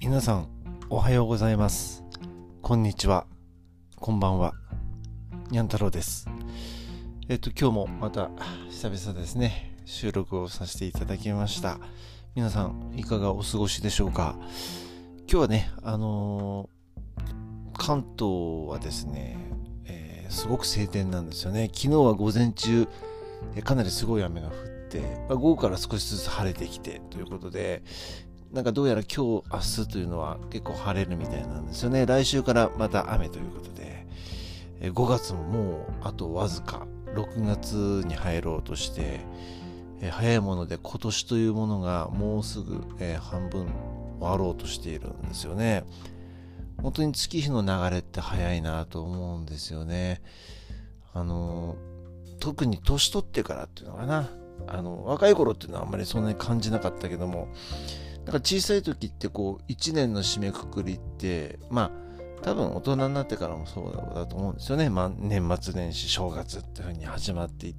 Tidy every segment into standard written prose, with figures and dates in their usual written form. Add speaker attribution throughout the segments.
Speaker 1: 皆さんおはようございます。こんにちは、こんばんは。にゃん太郎です。今日もまた久々ですね、収録をさせていただきました。皆さんいかがお過ごしでしょうか。今日はね、関東はですね、すごく晴天なんですよね。昨日は午前中かなりすごい雨が降って、午後から少しずつ晴れてきてということで、なんかどうやら今日明日というのは結構晴れるみたいなんですよね。来週からまた雨ということで、5月ももうあとわずか、6月に入ろうとして、早いもので今年というものがもうすぐ、半分終わろうとしているんですよね。本当に月日の流れって早いなと思うんですよね。特に年取ってからっていうのかな、若い頃っていうのはあんまりそんなに感じなかったけども、なんか小さい時ってこう1年の締めくくりって、多分大人になってからもそうだと思うんですよね。年末年始正月っていう風に始まっていって、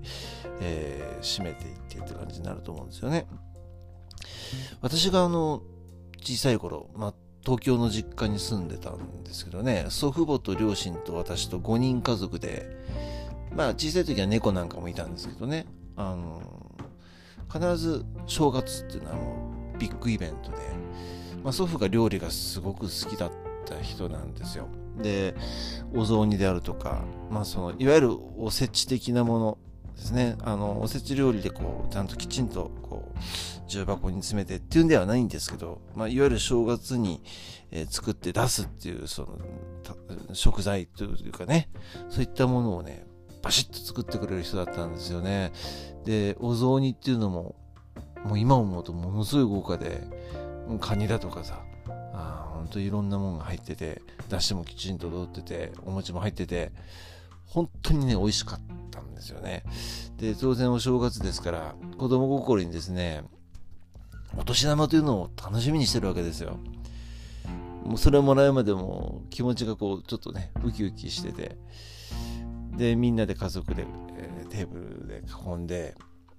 Speaker 1: 締めていってって感じになると思うんですよね。私が小さい頃、東京の実家に住んでたんですけどね、祖父母と両親と私と5人家族で、小さい時は猫なんかもいたんですけどね、必ず正月っていうのはもうビッグイベントで、祖父が料理がすごく好きだった人なんですよ。で、お雑煮であるとか、いわゆるおせち的なものですね。おせち料理でこうちゃんときちんとこう重箱に詰めてっていうんではないんですけど、いわゆる正月に、作って出すっていうその食材というかね、そういったものをね、バシッと作ってくれる人だったんですよね。で、お雑煮っていうのももう今思うとものすごい豪華で、カニだとかさ、本当にいろんなものが入ってて、出汁もきちんと通ってて、お餅も入ってて、本当にね美味しかったんですよね。で、当然お正月ですから子供心にですね、お年玉というのを楽しみにしてるわけですよ。もうそれをもらうまでも気持ちがこうちょっとねウキウキしてて、でみんなで家族で、テーブルで囲んで、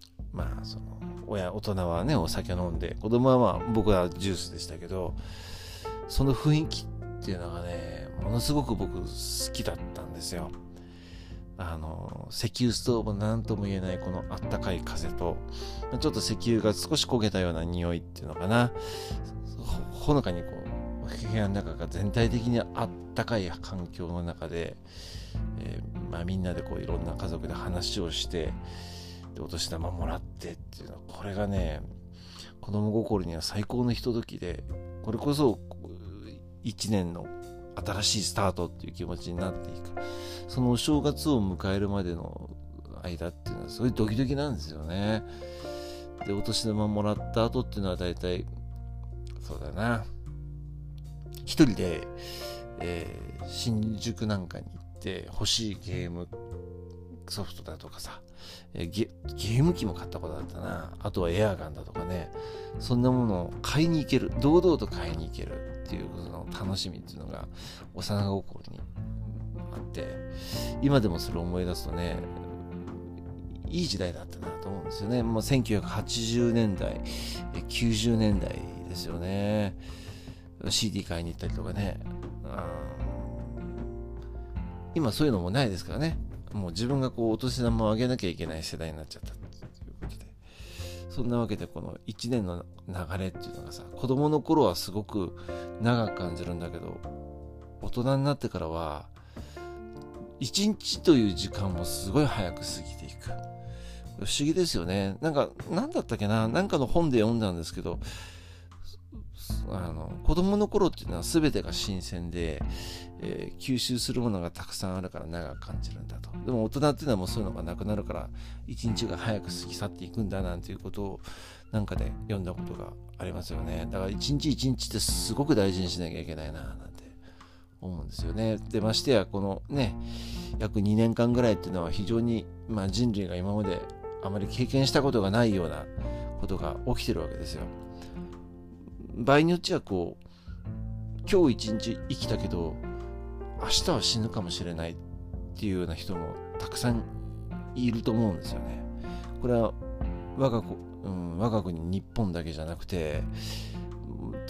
Speaker 1: 大人はねお酒飲んで、子供は僕はジュースでしたけど、その雰囲気っていうのがねものすごく僕好きだったんですよ。石油ストーブなんとも言えないこのあったかい風と、ちょっと石油が少し焦げたような匂いっていうのかな、ほのかにこう部屋の中が全体的にあったかい環境の中で、みんなでこういろんな家族で話をして、でお年玉もらってっていうのは、これがね子供心には最高のひとときで、これこそ一年の新しいスタートっていう気持ちになっていく。そのお正月を迎えるまでの間っていうのはすごいドキドキなんですよね。で、お年玉もらった後っていうのは大体そうだな、一人で、新宿なんかに行って欲しいゲームソフトだとかさ、ゲーム機も買ったことあったな。あとはエアガンだとかね、そんなものを買いに行ける、堂々と買いに行けるっていうその楽しみっていうのが幼心にあって、今でもそれを思い出すとね、いい時代だったなと思うんですよね。もう1980年代90年代ですよね。 CD 買いに行ったりとかね、今そういうのもないですからね。もう自分がこうお年玉をあげなきゃいけない世代になっちゃったということで、そんなわけでこの1年の流れっていうのがさ、子供の頃はすごく長く感じるんだけど、大人になってからは1日という時間もすごい早く過ぎていく。不思議ですよね。なんだったっけな、なんかの本で読んだんですけど、子供の頃っていうのは全てが新鮮で、吸収するものがたくさんあるから長く感じるんだと。でも大人っていうのはもうそういうのがなくなるから一日が早く過ぎ去っていくんだなんていうことをなんかで読んだことがありますよね。だから一日一日ってすごく大事にしなきゃいけないななんて思うんですよね。で、ましてやこのね約2年間ぐらいっていうのは非常に、人類が今まであまり経験したことがないようなことが起きてるわけですよ。場合によっちゃこう今日一日生きたけど明日は死ぬかもしれないっていうような人もたくさんいると思うんですよね。これは我が国日本だけじゃなくて、つい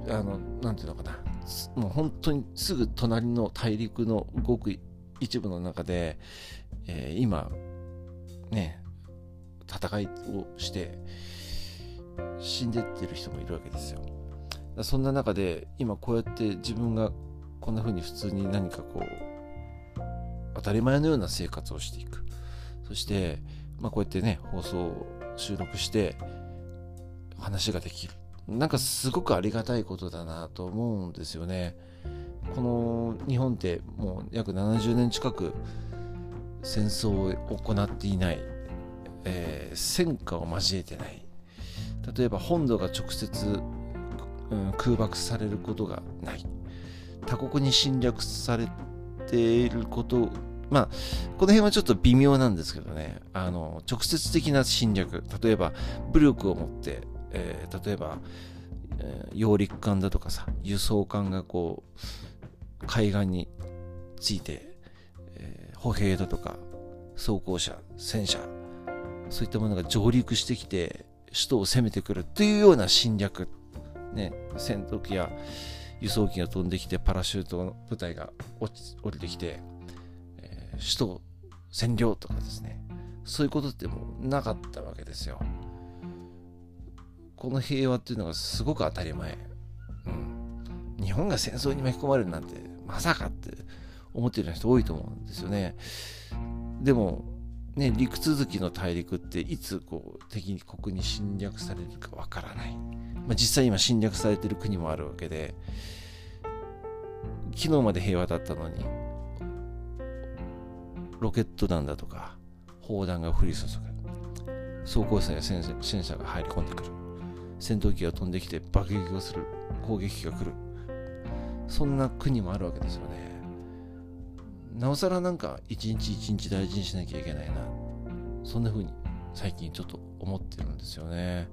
Speaker 1: なんていうのかな、もう本当にすぐ隣の大陸のごく一部の中で、今ね戦いをして死んでってる人もいるわけですよ。そんな中で今こうやって自分がこんな風に普通に何かこう当たり前のような生活をしていく。そして、こうやってね放送を収録して話ができる。なんかすごくありがたいことだなと思うんですよね。この日本ってもう約70年近く戦争を行っていない、戦火を交えてない。例えば本土が直接、空爆されることがない。他国に侵略されていること、この辺はちょっと微妙なんですけどね、直接的な侵略、例えば武力を持って、例えば、揚陸艦だとかさ、輸送艦がこう海岸について、歩兵だとか装甲車、戦車、そういったものが上陸してきて首都を攻めてくるっていうような侵略、ね、戦闘機や輸送機が飛んできてパラシュートの部隊が降りてきて、首都を占領とかですね、そういうことってもうなかったわけですよ。この平和っていうのがすごく当たり前、日本が戦争に巻き込まれるなんてまさかって思ってるような人多いと思うんですよね。でもね、陸続きの大陸っていつこう敵国に侵略されるかわからない。実際今侵略されてる国もあるわけで、昨日まで平和だったのにロケット弾だとか砲弾が降り注ぐ、装甲車や戦車が入り込んでくる、戦闘機が飛んできて爆撃をする、攻撃が来る、そんな国もあるわけですよね。なおさらなんか一日一日大事にしなきゃいけないな、そんな風に最近ちょっと思ってるんですよね。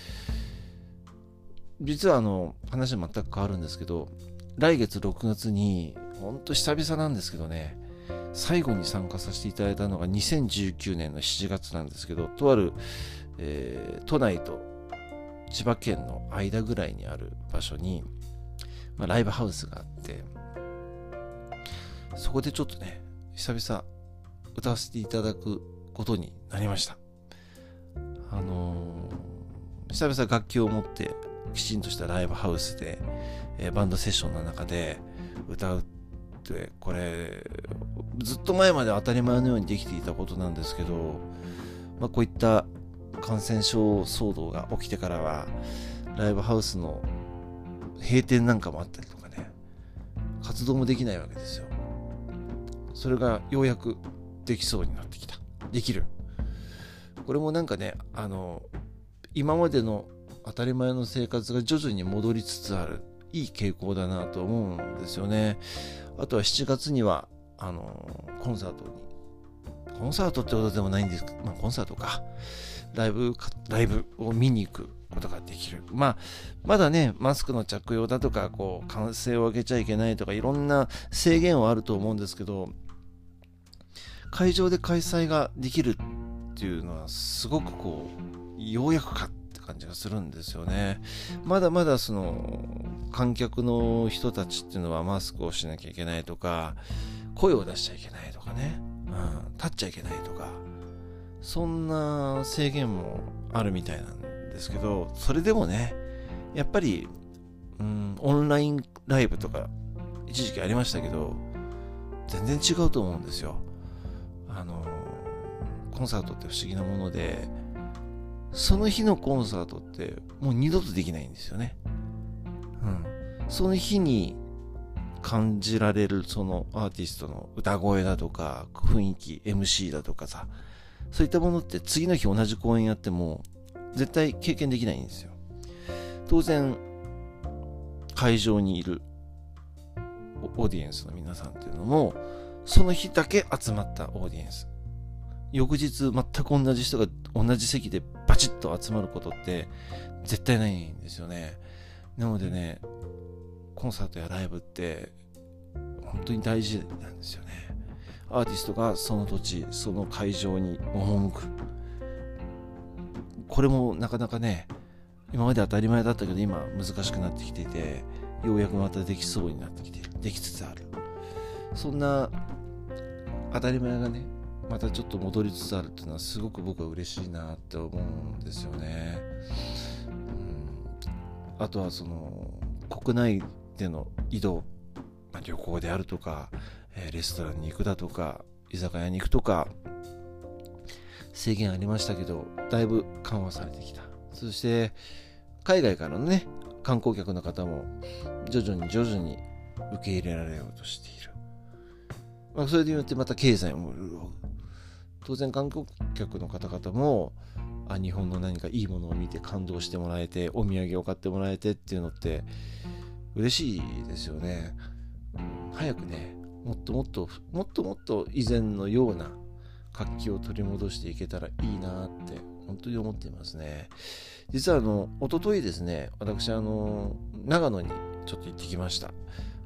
Speaker 1: 実は話は全く変わるんですけど、来月6月にほんと久々なんですけどね、最後に参加させていただいたのが2019年の7月なんですけど、とある、都内と千葉県の間ぐらいにある場所に、ライブハウスがあって、そこでちょっとね久々歌わせていただくことになりました。久々楽器を持ってきちんとしたライブハウスで、バンドセッションの中で歌うって、これずっと前まで当たり前のようにできていたことなんですけど、こういった感染症騒動が起きてからはライブハウスの閉店なんかもあったりとかね、活動もできないわけですよ。それがようやくできそうになってきた。できる。これもなんかね、今までの当たり前の生活が徐々に戻りつつある、いい傾向だなと思うんですよね。あとは7月にはコンサートってことでもないんですけど、コンサートか、ライブを見に行くことができる。まだねマスクの着用だとか、こう歓声を上げちゃいけないとか、いろんな制限はあると思うんですけど、会場で開催ができるっていうのはすごくこうようやくかって感じがするんですよね。まだまだその観客の人たちっていうのはマスクをしなきゃいけないとか、声を出しちゃいけないとかね、立っちゃいけないとか、そんな制限もあるみたいなんですけど、それでもねやっぱり、オンラインライブとか一時期ありましたけど、全然違うと思うんですよ。コンサートって不思議なもので、その日のコンサートってもう二度とできないんですよね。その日に感じられるそのアーティストの歌声だとか雰囲気、 MC だとかさ、そういったものって次の日同じ公演やっても絶対経験できないんですよ。当然会場にいるオーディエンスの皆さんっていうのもその日だけ集まったオーディエンス、翌日全く同じ人が同じ席でバチッと集まることって絶対ないんですよね。なのでね、コンサートやライブって本当に大事なんですよね。アーティストがその土地その会場に赴く、これもなかなかね、 今まで当たり前だったけど今難しくなってきていて、ようやくまたできそうになってきている、できつつある、そんな当たり前がねまたちょっと戻りつつあるっていうのはすごく僕は嬉しいなって思うんですよね。あとはその国内での移動、旅行であるとか、レストランに行くだとか居酒屋に行くとか制限ありましたけど、だいぶ緩和されてきた。そして海外からのね観光客の方も徐々に受け入れられようとしている。それによってまた経済も潤う。当然観光客の方々も日本の何かいいものを見て感動してもらえて、お土産を買ってもらえてっていうのって嬉しいですよね。早くねもっともっと以前のような活気を取り戻していけたらいいなって本当に思っていますね。実は一昨日ですね、私長野にちょっと行ってきました。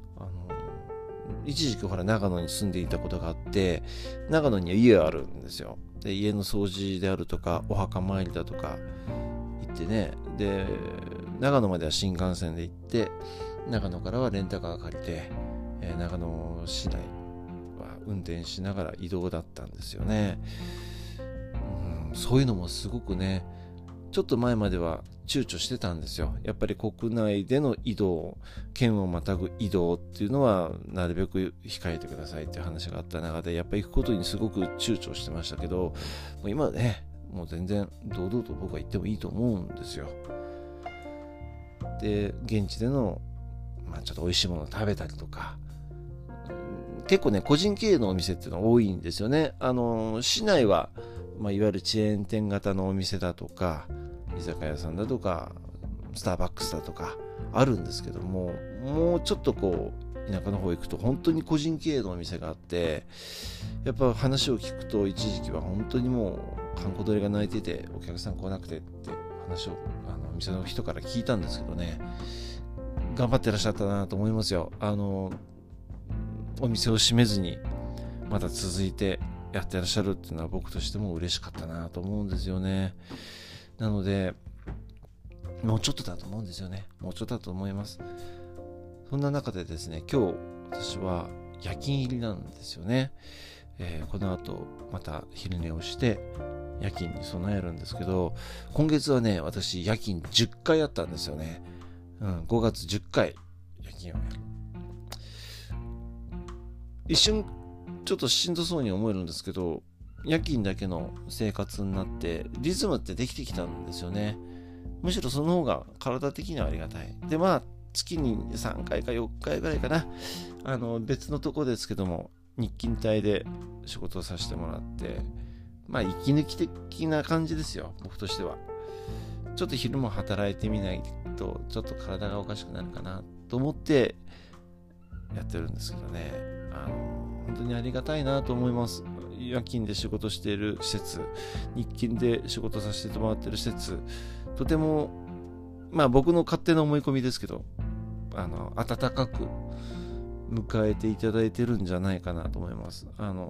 Speaker 1: 一時期長野に住んでいたことがあって、長野には家があるんですよ。で家の掃除であるとかお墓参りだとか行ってね、で長野までは新幹線で行って、長野からはレンタカー借りて、長野市内は運転しながら移動だったんですよね。そういうのもすごくね、ちょっと前までは躊躇してたんですよ。やっぱり国内での移動、県をまたぐ移動っていうのはなるべく控えてくださいっていう話があった中で、やっぱり行くことにすごく躊躇してましたけど、もう今はねもう全然堂々と僕は行ってもいいと思うんですよ。で現地でのちょっと美味しいものを食べたりとか、結構ね個人経営のお店っていうのが多いんですよね。市内は、いわゆるチェーン店型のお店だとか居酒屋さんだとかスターバックスだとかあるんですけども、もうちょっと田舎の方行くと本当に個人経営のお店があって、やっぱ話を聞くと一時期は本当にもう閑古鳥が鳴いててお客さん来なくてって話を店の人から聞いたんですけどね、頑張ってらっしゃったなと思いますよ。お店を閉めずにまだ続いてやってらっしゃるっていうのは僕としても嬉しかったなと思うんですよね。なのでもうちょっとだと思うんですよね。もうちょっとだと思います。そんな中でですね、今日私は夜勤入りなんですよね。この後また昼寝をして夜勤に備えるんですけど、今月はね私夜勤10回あったんですよね。5月10回夜勤をやる。一瞬ちょっとしんどそうに思えるんですけど、夜勤だけの生活になってリズムってできてきたんですよね。むしろその方が体的にはありがたい。で月に3回か4回ぐらいかな、別のとこですけども日勤帯で仕事をさせてもらって、息抜き的な感じですよ、僕としては。ちょっと昼も働いてみないとちょっと体がおかしくなるかなと思ってやってるんですけどね、本当にありがたいなと思います。夜勤で仕事している施設、日勤で仕事させてもらっている施設、とても僕の勝手な思い込みですけど温かく迎えていただいてるんじゃないかなと思います。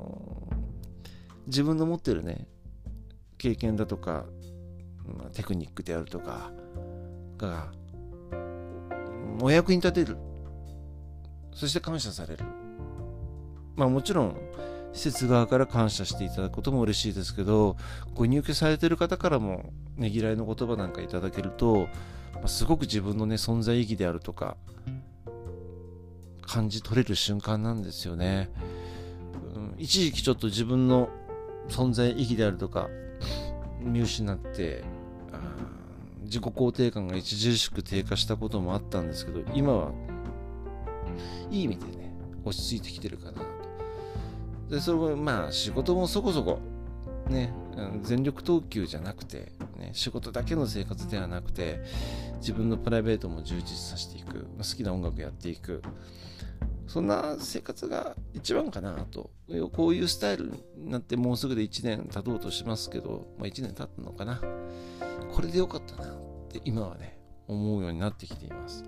Speaker 1: 自分の持ってるね経験だとか、テクニックであるとかがお役に立てる、そして感謝される。もちろん施設側から感謝していただくことも嬉しいですけど、ご入居されている方からもねぎらいの言葉なんかいただけると、すごく自分のね存在意義であるとか感じ取れる瞬間なんですよね。一時期ちょっと自分の存在意義であるとか見失って自己肯定感が著しく低下したこともあったんですけど、今はいい意味でね落ち着いてきてるかなと。でそれも仕事もそこそこね全力投球じゃなくて、仕事だけの生活ではなくて自分のプライベートも充実させていく、好きな音楽やっていく、そんな生活が一番かなと。こういうスタイルになってもうすぐで1年経とうとしますけど、1年経ったのかな、これでよかったなって今はね思うようになってきています。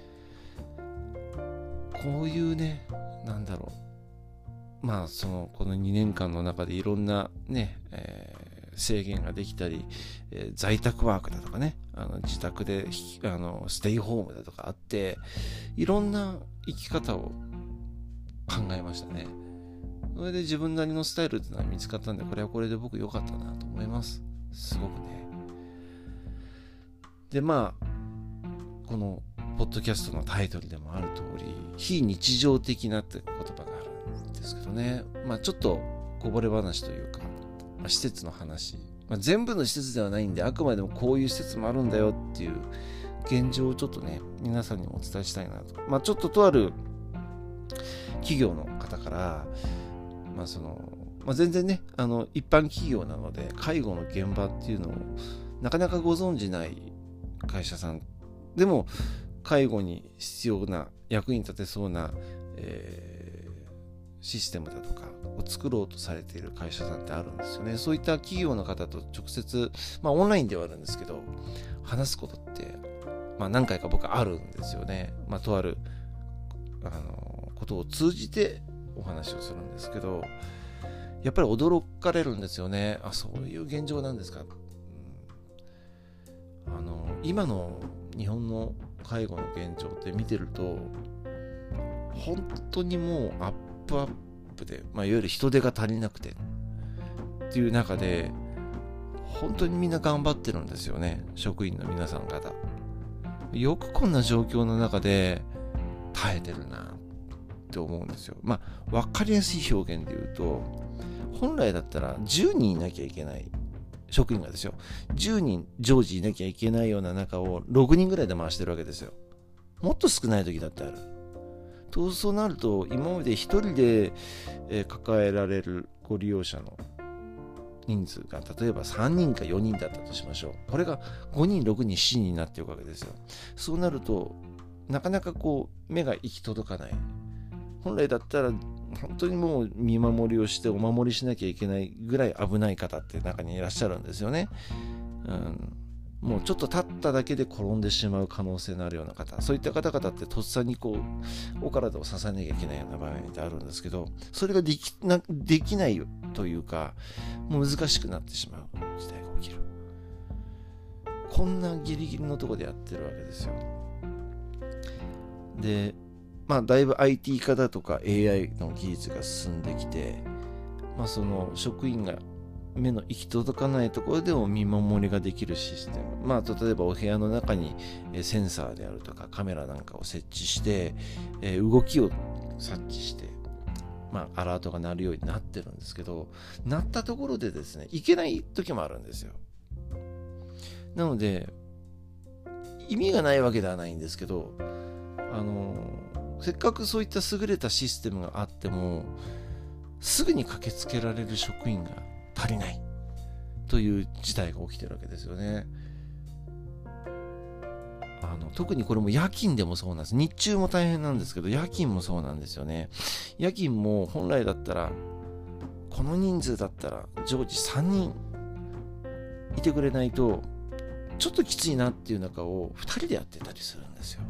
Speaker 1: こういうねこの2年間の中でいろんなね、 制限ができたり、在宅ワークだとかね、自宅でステイホームだとかあって、いろんな生き方を考えましたね。それで自分なりのスタイルっていうのは見つかったんで、これはこれで僕良かったなと思います。すごくね。で、まあこのポッドキャストのタイトルでもある通り、非日常的なって言葉があるんですけどね。ちょっとこぼれ話というか、施設の話、全部の施設ではないんで、あくまでもこういう施設もあるんだよっていう現状をちょっとね、皆さんにもお伝えしたいなと。ちょっととある企業の方から、全然ね、一般企業なので、介護の現場っていうのをなかなかご存じない会社さんでも、介護に必要な、役に立てそうな、システムだとかを作ろうとされている会社さんってあるんですよね。そういった企業の方と直接、オンラインではあるんですけど、話すことって、何回か僕あるんですよね。とあることを通じてお話をするんですけど、やっぱり驚かれるんですよね。そういう現状なんですか。今の日本の介護の現状って見てると、本当にもうアップで、いわゆる人手が足りなくてっていう中で、本当にみんな頑張ってるんですよね、職員の皆さん方。よくこんな状況の中で耐えてるなって思うんですよ。分かりやすい表現で言うと、本来だったら10人いなきゃいけない職員がですよ、10人常時いなきゃいけないような中を6人ぐらいで回してるわけですよ。もっと少ない時だってある。そうなると、今まで1人で抱えられるご利用者の人数が例えば3人か4人だったとしましょう。これが5人、6人、7人になっていくわけですよ。そうなると、なかなか目が行き届かない。本来だったら本当にもう見守りをしてお守りしなきゃいけないぐらい危ない方って中にいらっしゃるんですよね。もうちょっと立っただけで転んでしまう可能性のあるような方、そういった方々ってとっさにお体を支えなきゃいけないような場面ってあるんですけど、それができないというか、もう難しくなってしまう事態が起きる。こんなギリギリのところでやってるわけですよ。で、だいぶ IT 化だとか AI の技術が進んできて、その職員が目の行き届かないところでも見守りができるシステム。例えばお部屋の中にセンサーであるとかカメラなんかを設置して、動きを察知して、アラートが鳴るようになってるんですけど、鳴ったところでですね、いけない時もあるんですよ。なので、意味がないわけではないんですけど、せっかくそういった優れたシステムがあっても、すぐに駆けつけられる職員が足りないという事態が起きてるわけですよね。特にこれも夜勤でもそうなんです。日中も大変なんですけど、夜勤もそうなんですよね。夜勤も本来だったら、この人数だったら常時3人いてくれないとちょっときついなっていう中を2人でやってたりするんですよ。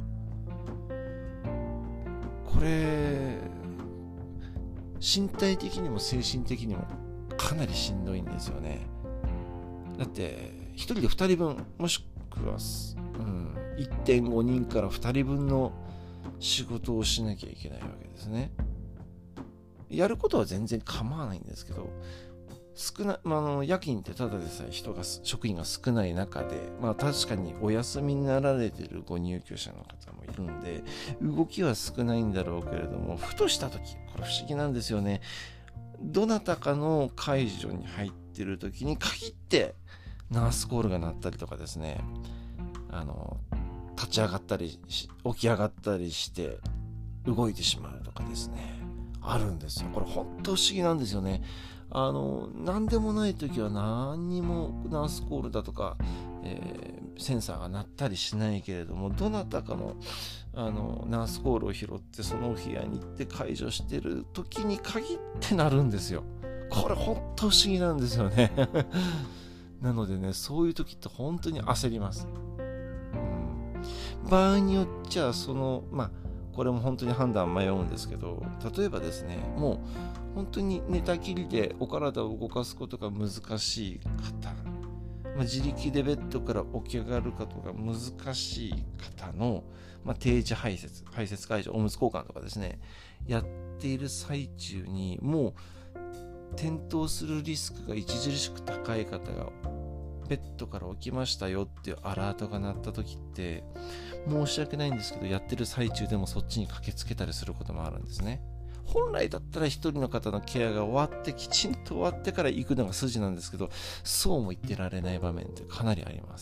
Speaker 1: これ身体的にも精神的にもかなりしんどいんですよね。だって1人で2人分、もしくは、1.5 人から2人分の仕事をしなきゃいけないわけですね。やることは全然構わないんですけど、夜勤ってただでさえ職員が少ない中で、確かにお休みになられているご入居者の方もいるんで、動きは少ないんだろうけれども、ふとした時、これ不思議なんですよね。どなたかの介助に入っている時に限ってナースコールが鳴ったりとかですね、立ち上がったり起き上がったりして動いてしまうとかですね、あるんですよ。これ本当不思議なんですよね。何でもない時は何にもナースコールだとか、センサーが鳴ったりしないけれども、どなたかの、ナースコールを拾ってその部屋に行って介助してる時に限って鳴るんですよ。これ本当不思議なんですよね。なのでね、そういう時って本当に焦ります。場合によっちゃこれも本当に判断迷うんですけど、例えばですね、もう本当に寝たきりでお体を動かすことが難しい方、自力でベッドから起き上がることが難しい方の、定時排泄解除、おむつ交換とかですね、やっている最中にもう転倒するリスクが著しく高い方がベッドから起きましたよっていうアラートが鳴った時って、申し訳ないんですけど、やってる最中でもそっちに駆けつけたりすることもあるんですね。本来だったら一人の方のケアが終わって、きちんと終わってから行くのが筋なんですけど、そうも言ってられない場面ってかなりあります。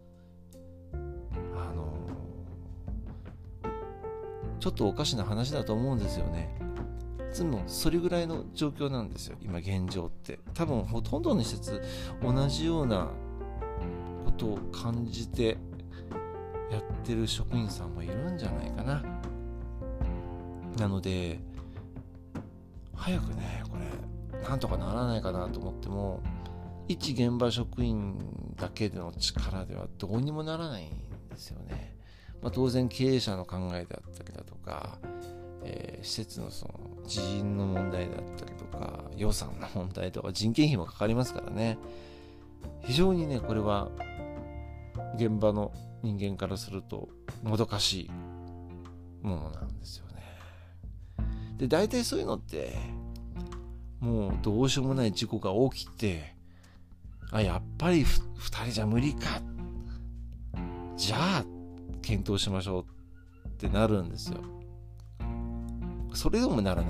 Speaker 1: ちょっとおかしな話だと思うんですよね。いつもそれぐらいの状況なんですよ、今現状って。多分ほとんどの施設同じようなことを感じてやってる職員さんもいるんじゃないかな。なので早くね、これなんとかならないかなと思っても、一現場職員だけでの力ではどうにもならないんですよね。当然経営者の考えであったりだとか、施設のその人員の問題だったりとか、予算の問題とか、人件費もかかりますからね。非常にね、これは現場の人間からするともどかしいものなんですよね。で、大体そういうのってもうどうしようもない事故が起きて、やっぱり2人じゃ無理か、じゃあ検討しましょうってなるんですよ。それでもならない。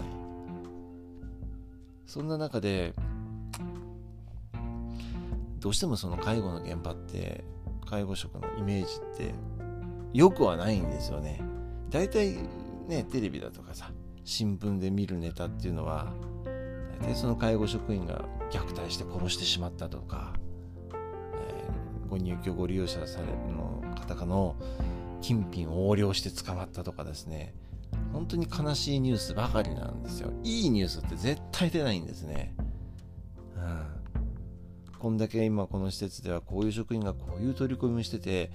Speaker 1: そんな中でどうしてもその介護の現場って、介護職のイメージって良くはないんですよね。だいたいね、テレビだとかさ、新聞で見るネタっていうのは、大体その介護職員が虐待して殺してしまったとか、ご入居ご利用者の方の金品を横領して捕まったとかですね、本当に悲しいニュースばかりなんですよ。いいニュースって絶対出ないんですね。こんだけ今この施設ではこういう職員がこういう取り組みをしてて、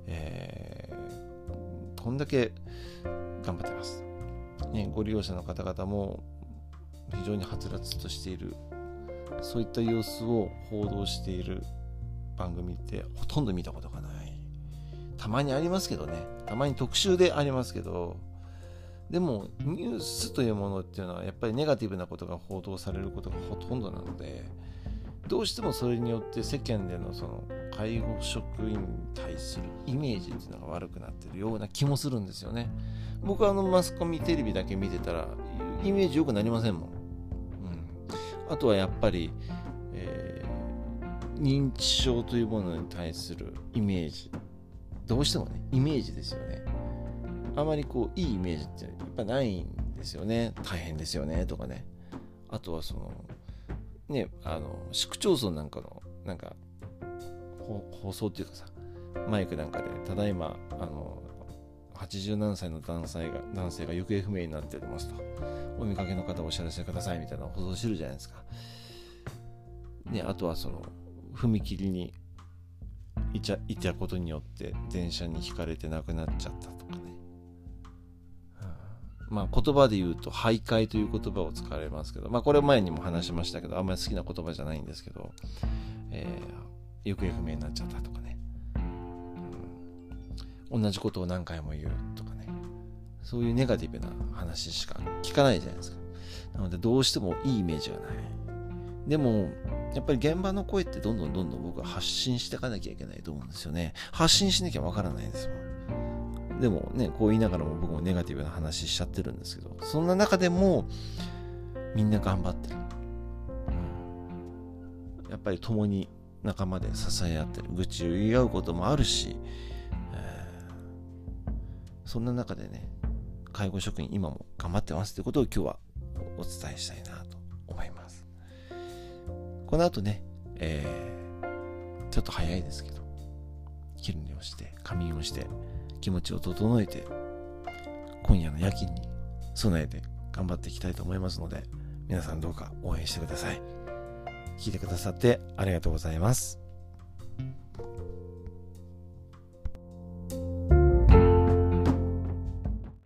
Speaker 1: こんだけ頑張ってます、ご利用者の方々も非常にはつらつとしている、そういった様子を報道している番組ってほとんど見たことがない。たまにありますけどね、たまに特集でありますけど、でもニュースというものっていうのはやっぱりネガティブなことが報道されることがほとんどなので、どうしてもそれによって世間でのその介護職員に対するイメージっていうのが悪くなってるような気もするんですよね。僕はマスコミテレビだけ見てたらイメージ良くなりませんもん。あとはやっぱり、認知症というものに対するイメージ、どうしてもね、イメージですよね。あまりこういいイメージってやっぱないんですよね。大変ですよねとかね。あとはそのね、市区町村なんかのなんか放送っていうかさ、マイクなんかでただいま80何歳の男性が行方不明になっておりますと、お見かけの方お知らせくださいみたいな放送してるじゃないですか。ね、あとはその踏切にいたことによって電車にひかれて亡くなっちゃったとかね。言葉で言うと徘徊という言葉を使われますけど、これ前にも話しましたけど、あんまり好きな言葉じゃないんですけど、行方不明になっちゃったとかね、同じことを何回も言うとかね、そういうネガティブな話しか聞かないじゃないですか。なのでどうしてもいいイメージがない。でもやっぱり現場の声ってどんどん僕は発信していかなきゃいけないと思うんですよね。発信しなきゃわからないですもん。でもね、こう言いながらも僕もネガティブな話しちゃってるんですけど、そんな中でもみんな頑張ってる、やっぱり共に仲間で支え合ってる、愚痴を言い合うこともあるし、そんな中でね、介護職員今も頑張ってますということを今日はお伝えしたいなと思います。この後ね、ちょっと早いですけど、昼寝をして仮眠をして気持ちを整えて、今夜の夜勤に備えて頑張っていきたいと思いますので、皆さんどうか応援してください。聞いてくださってありがとうございます。